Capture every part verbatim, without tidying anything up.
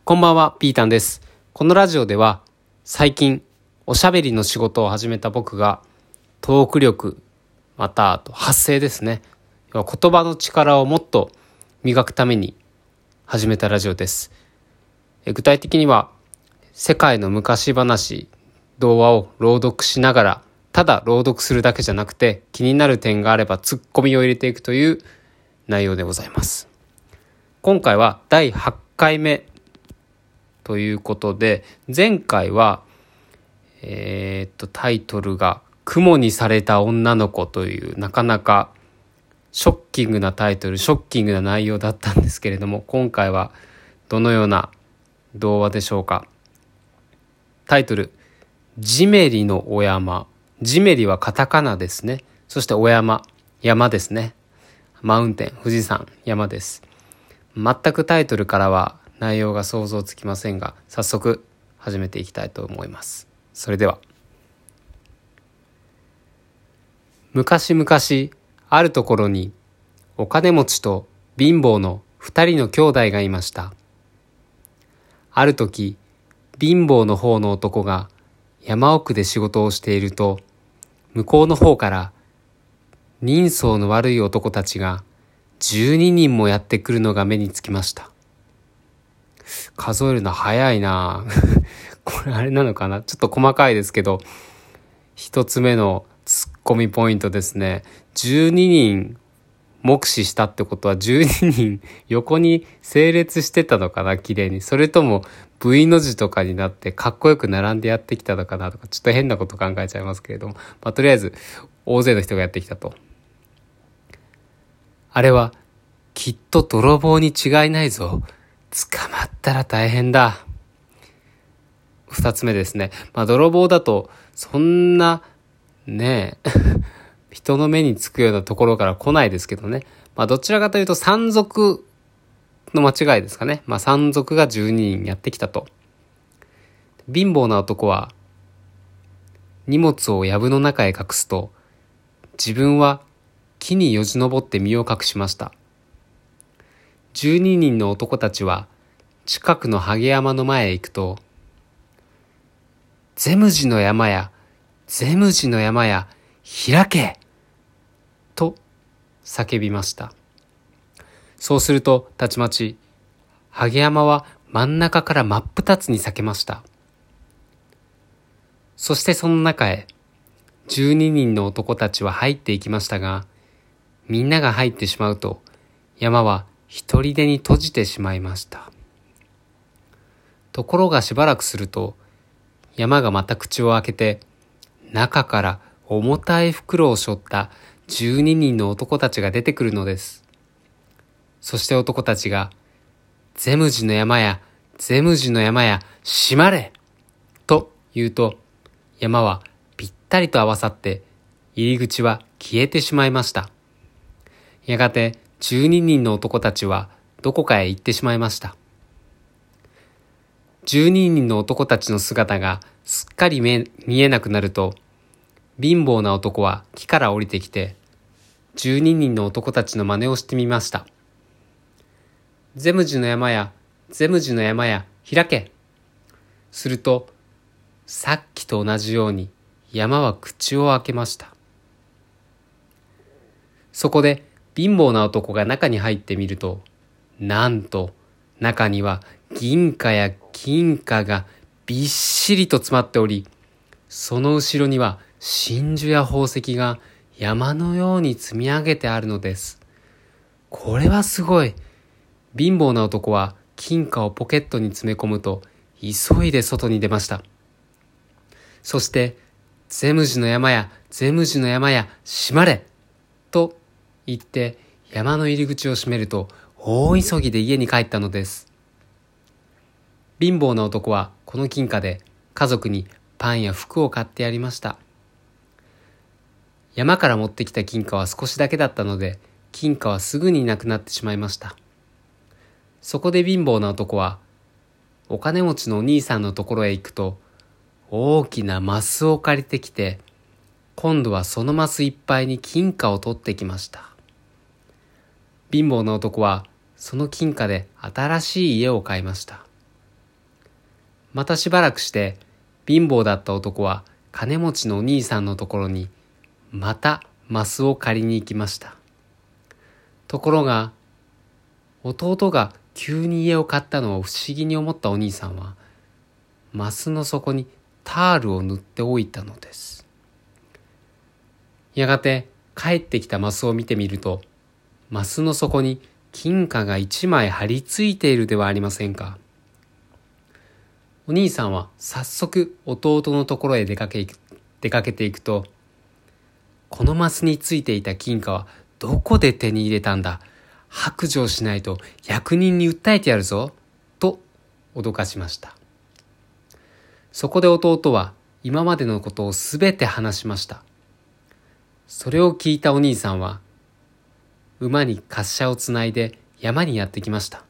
こんばんは、ピータンです。このラジオでは最近おしゃべりの仕事を始めた僕がトーク力、またあと発声ですね。言葉の力をもっと磨くために始めたラジオです。具体的には世界の昔話、童話を朗読しながら、ただ朗読するだけじゃなくて気になる点があればツッコミを入れていくという内容でございます。今回はだいはちかいめということで、前回はえー、っとタイトルが雲にされた女の子というなかなかショッキングなタイトル、ショッキングな内容だったんですけれども、今回はどのような童話でしょうか。タイトル、ジメリのお山。ジメリはカタカナですね。そしてお山、山ですね。マウンテン、富士山、山です。全くタイトルからは内容が想像つきませんが、早速始めていきたいと思います。それでは。昔々あるところにお金持ちと貧乏の二人の兄弟がいました。ある時、貧乏の方の男が山奥で仕事をしていると、向こうの方から人相の悪い男たちがじゅうににんもやってくるのが目につきました。数えるの早いなこれあれなのかな、ちょっと細かいですけど、一つ目のツッコミポイントですね。じゅうににん目視したってことはじゅうににん横に整列してたのかな、綺麗に。それとも V の字とかになってかっこよく並んでやってきたのかなとか、ちょっと変なこと考えちゃいますけれども、まあ、とりあえず大勢の人がやってきたと。あれはきっと泥棒に違いないぞ。捕まったら大変だ。二つ目ですね。まあ泥棒だとそんなねえ人の目につくようなところから来ないですけどね。まあどちらかというと山賊の間違いですかね。まあ山賊がじゅうににんやってきたと。貧乏な男は荷物を藪の中へ隠すと、自分は木によじ登って身を隠しました。じゅうににんの男たちは近くの萩山の前へ行くと、ゼムジの山や、ゼムジの山や、開けと叫びました。そうするとたちまち萩山は真ん中から真っ二つに裂けました。そしてその中へじゅうににんの男たちは入っていきましたが、みんなが入ってしまうと山は一人でに閉じてしまいました。ところがしばらくすると、山がまた口を開けて、中から重たい袋を背負ったじゅうににんの男たちが出てくるのです。そして男たちが、ゼムジの山や、ゼムジの山や、閉まれと言うと、山はぴったりと合わさって、入り口は消えてしまいました。やがてじゅうににんの男たちはどこかへ行ってしまいました。じゅうににんの男たちの姿がすっかり見えなくなると、貧乏な男は木から降りてきて、じゅうににんの男たちの真似をしてみました。ゼムジの山や、ゼムジの山や、開け。すると、さっきと同じように山は口を開けました。そこで貧乏な男が中に入ってみると、なんと中には銀貨や金貨がびっしりと詰まっており、その後ろには真珠や宝石が山のように積み上げてあるのです。これはすごい。貧乏な男は金貨をポケットに詰め込むと、急いで外に出ました。そして、ゼムジの山や、ゼムジの山や、閉まれと言って山の入り口を閉めると、大急ぎで家に帰ったのです。貧乏な男はこの金貨で家族にパンや服を買ってやりました。山から持ってきた金貨は少しだけだったので、金貨はすぐになくなってしまいました。そこで貧乏な男はお金持ちのお兄さんのところへ行くと、大きなマスを借りてきて、今度はそのマスいっぱいに金貨を取ってきました。貧乏な男はその金貨で新しい家を買いました。 またしばらくして貧乏だった男は金持ちのお兄さんのところにまたマスを借りに行きました。ところが弟が急に家を買ったのを不思議に思ったお兄さんはマスの底にタールを塗っておいたのです。やがて帰ってきたマスを見てみると、マスの底に金貨が一枚張り付いているではありませんか。お兄さんは早速弟のところへ出かけ、出かけていくと、このマスについていた金貨はどこで手に入れたんだ、白状しないと役人に訴えてやるぞ、と脅かしました。そこで弟は今までのことをすべて話しました。それを聞いたお兄さんは馬に滑車をつないで山にやってきました。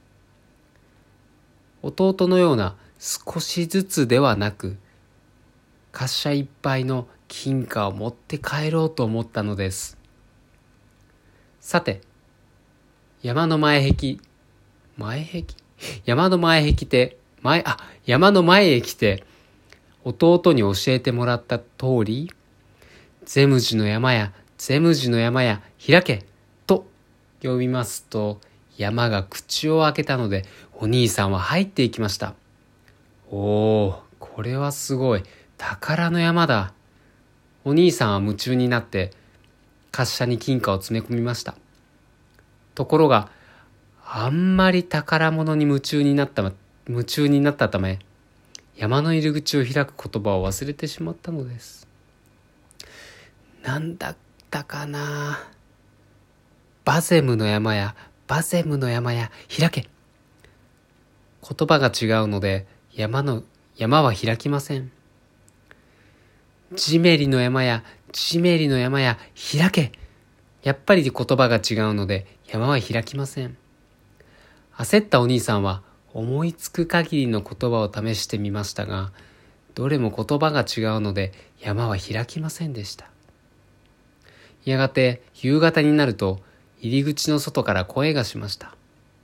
弟のような少しずつではなく、滑車いっぱいの金貨を持って帰ろうと思ったのです。さて、山の前壁、前壁山の前壁で、前、あ、山の前へ来て、弟に教えてもらった通り、ゼムジの山や、ゼムジの山や、開け、と呼びますと、山が口を開けたので、お兄さんは入っていきました。おー、これはすごい。宝の山だ。お兄さんは夢中になって、滑車に金貨を詰め込みました。ところが、あんまり宝物に夢中になった、夢中になったため、山の入り口を開く言葉を忘れてしまったのです。なんだったかな。バゼムの山や、バゼムの山や、開け。言葉が違うので、山の、山は開きません。ジメリの山や、ジメリの山や、開け。やっぱり言葉が違うので、山は開きません。焦ったお兄さんは、思いつく限りの言葉を試してみましたが、どれも言葉が違うので山は開きませんでした。やがて夕方になると入り口の外から声がしました。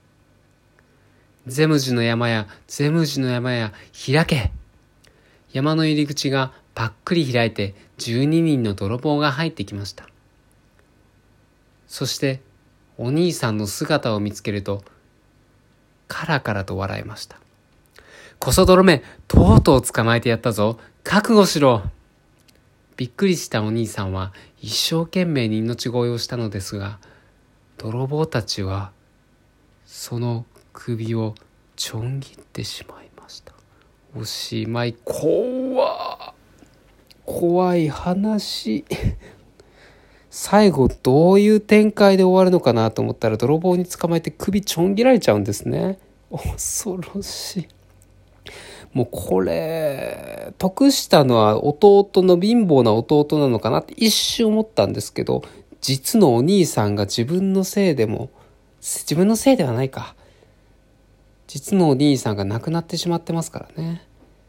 ゼムジの山や、ゼムジの山や、開け。山の入り口がぱっくり開いてじゅうににんの泥棒が入ってきました。そしてお兄さんの姿を見つけると、カラカラと笑いました。こそ泥め、とうとう捕まえてやったぞ。覚悟しろ。びっくりしたお兄さんは一生懸命に命乞いをしたのですが、泥棒たちはその首をちょん切ってしまいました。おしまい。怖怖い話。最後どういう展開で終わるのかなと思ったら、泥棒に捕まえて首ちょん切られちゃうんですね。恐ろしい。もうこれ得したのは弟の貧乏な弟なのかなって一瞬思ったんですけど、実のお兄さんが自分のせいでも自分のせいではないか実のお兄さんが亡くなってしまってますからね。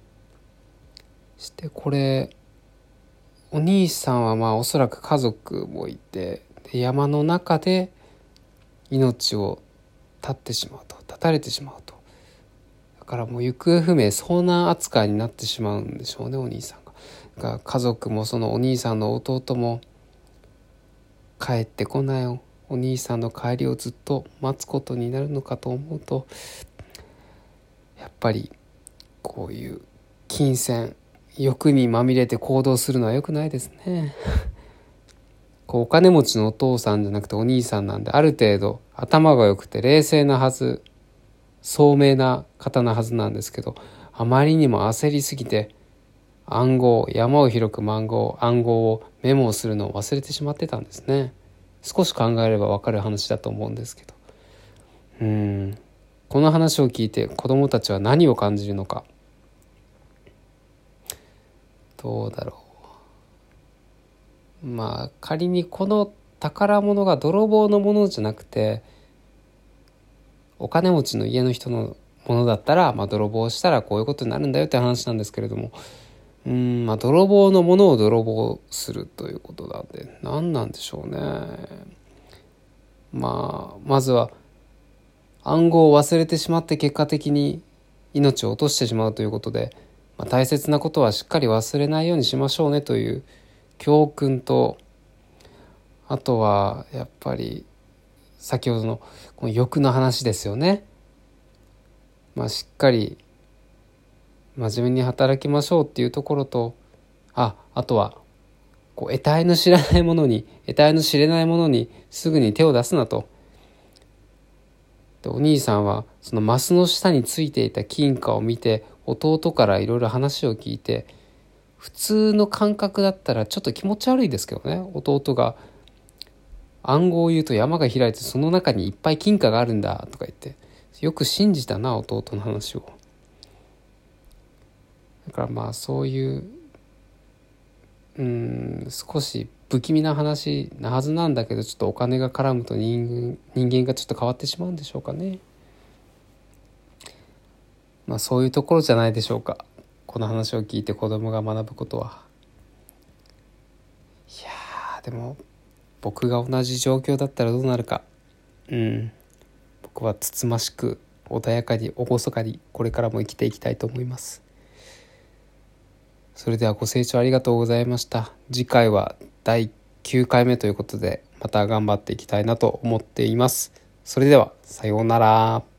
してこれお兄さんはまあおそらく家族もいて、で山の中で命を絶ってしまうと、絶たれてしまうと。だからもう行方不明、遭難扱いになってしまうんでしょうね、お兄さんが。だから家族もそのお兄さんの弟も帰ってこないお兄さんの帰りをずっと待つことになるのかと思うと、やっぱりこういう金銭欲にまみれて行動するのは良くないですね。こうお金持ちのお父さんじゃなくてお兄さんなんで、ある程度頭が良くて冷静なはず、聡明な方なはずなんですけど、あまりにも焦りすぎて暗号、山を広く暗号暗号をメモをするのを忘れてしまってたんですね。少し考えれば分かる話だと思うんですけど、うーんこの話を聞いて子どもたちは何を感じるのか。どうだろう。まあ仮にこの宝物が泥棒のものじゃなくてお金持ちの家の人のものだったら、まあ、泥棒したらこういうことになるんだよって話なんですけれども、うーんまあ泥棒のものを泥棒するということなんで、何なんでしょうね。まあまずは暗号を忘れてしまって結果的に命を落としてしまうということで、まあ、大切なことはしっかり忘れないようにしましょうねという教訓と、あとはやっぱり先ほどのこの欲の話ですよね。まあ、しっかり真面目に働きましょうっていうところと、あ、あとはこう得体の知らないものに得体の知れないものにすぐに手を出すなと。でお兄さんはそのマスの下についていた金貨を見て、弟からいろいろ話を聞いて、普通の感覚だったらちょっと気持ち悪いですけどね、弟が暗号を言うと山が開いてその中にいっぱい金貨があるんだとか言って、よく信じたな弟の話を。だからまあそういううーん少し不気味な話なはずなんだけど、ちょっとお金が絡むと人間、人間がちょっと変わってしまうんでしょうかね。まあそういうところじゃないでしょうか、この話を聞いて子供が学ぶことは。いやーでも僕が同じ状況だったらどうなるか。うん僕はつつましく穏やかに厳かにこれからも生きていきたいと思います。それではご清聴ありがとうございました。次回はだいきゅうかいめということで、また頑張っていきたいなと思っています。それではさようなら。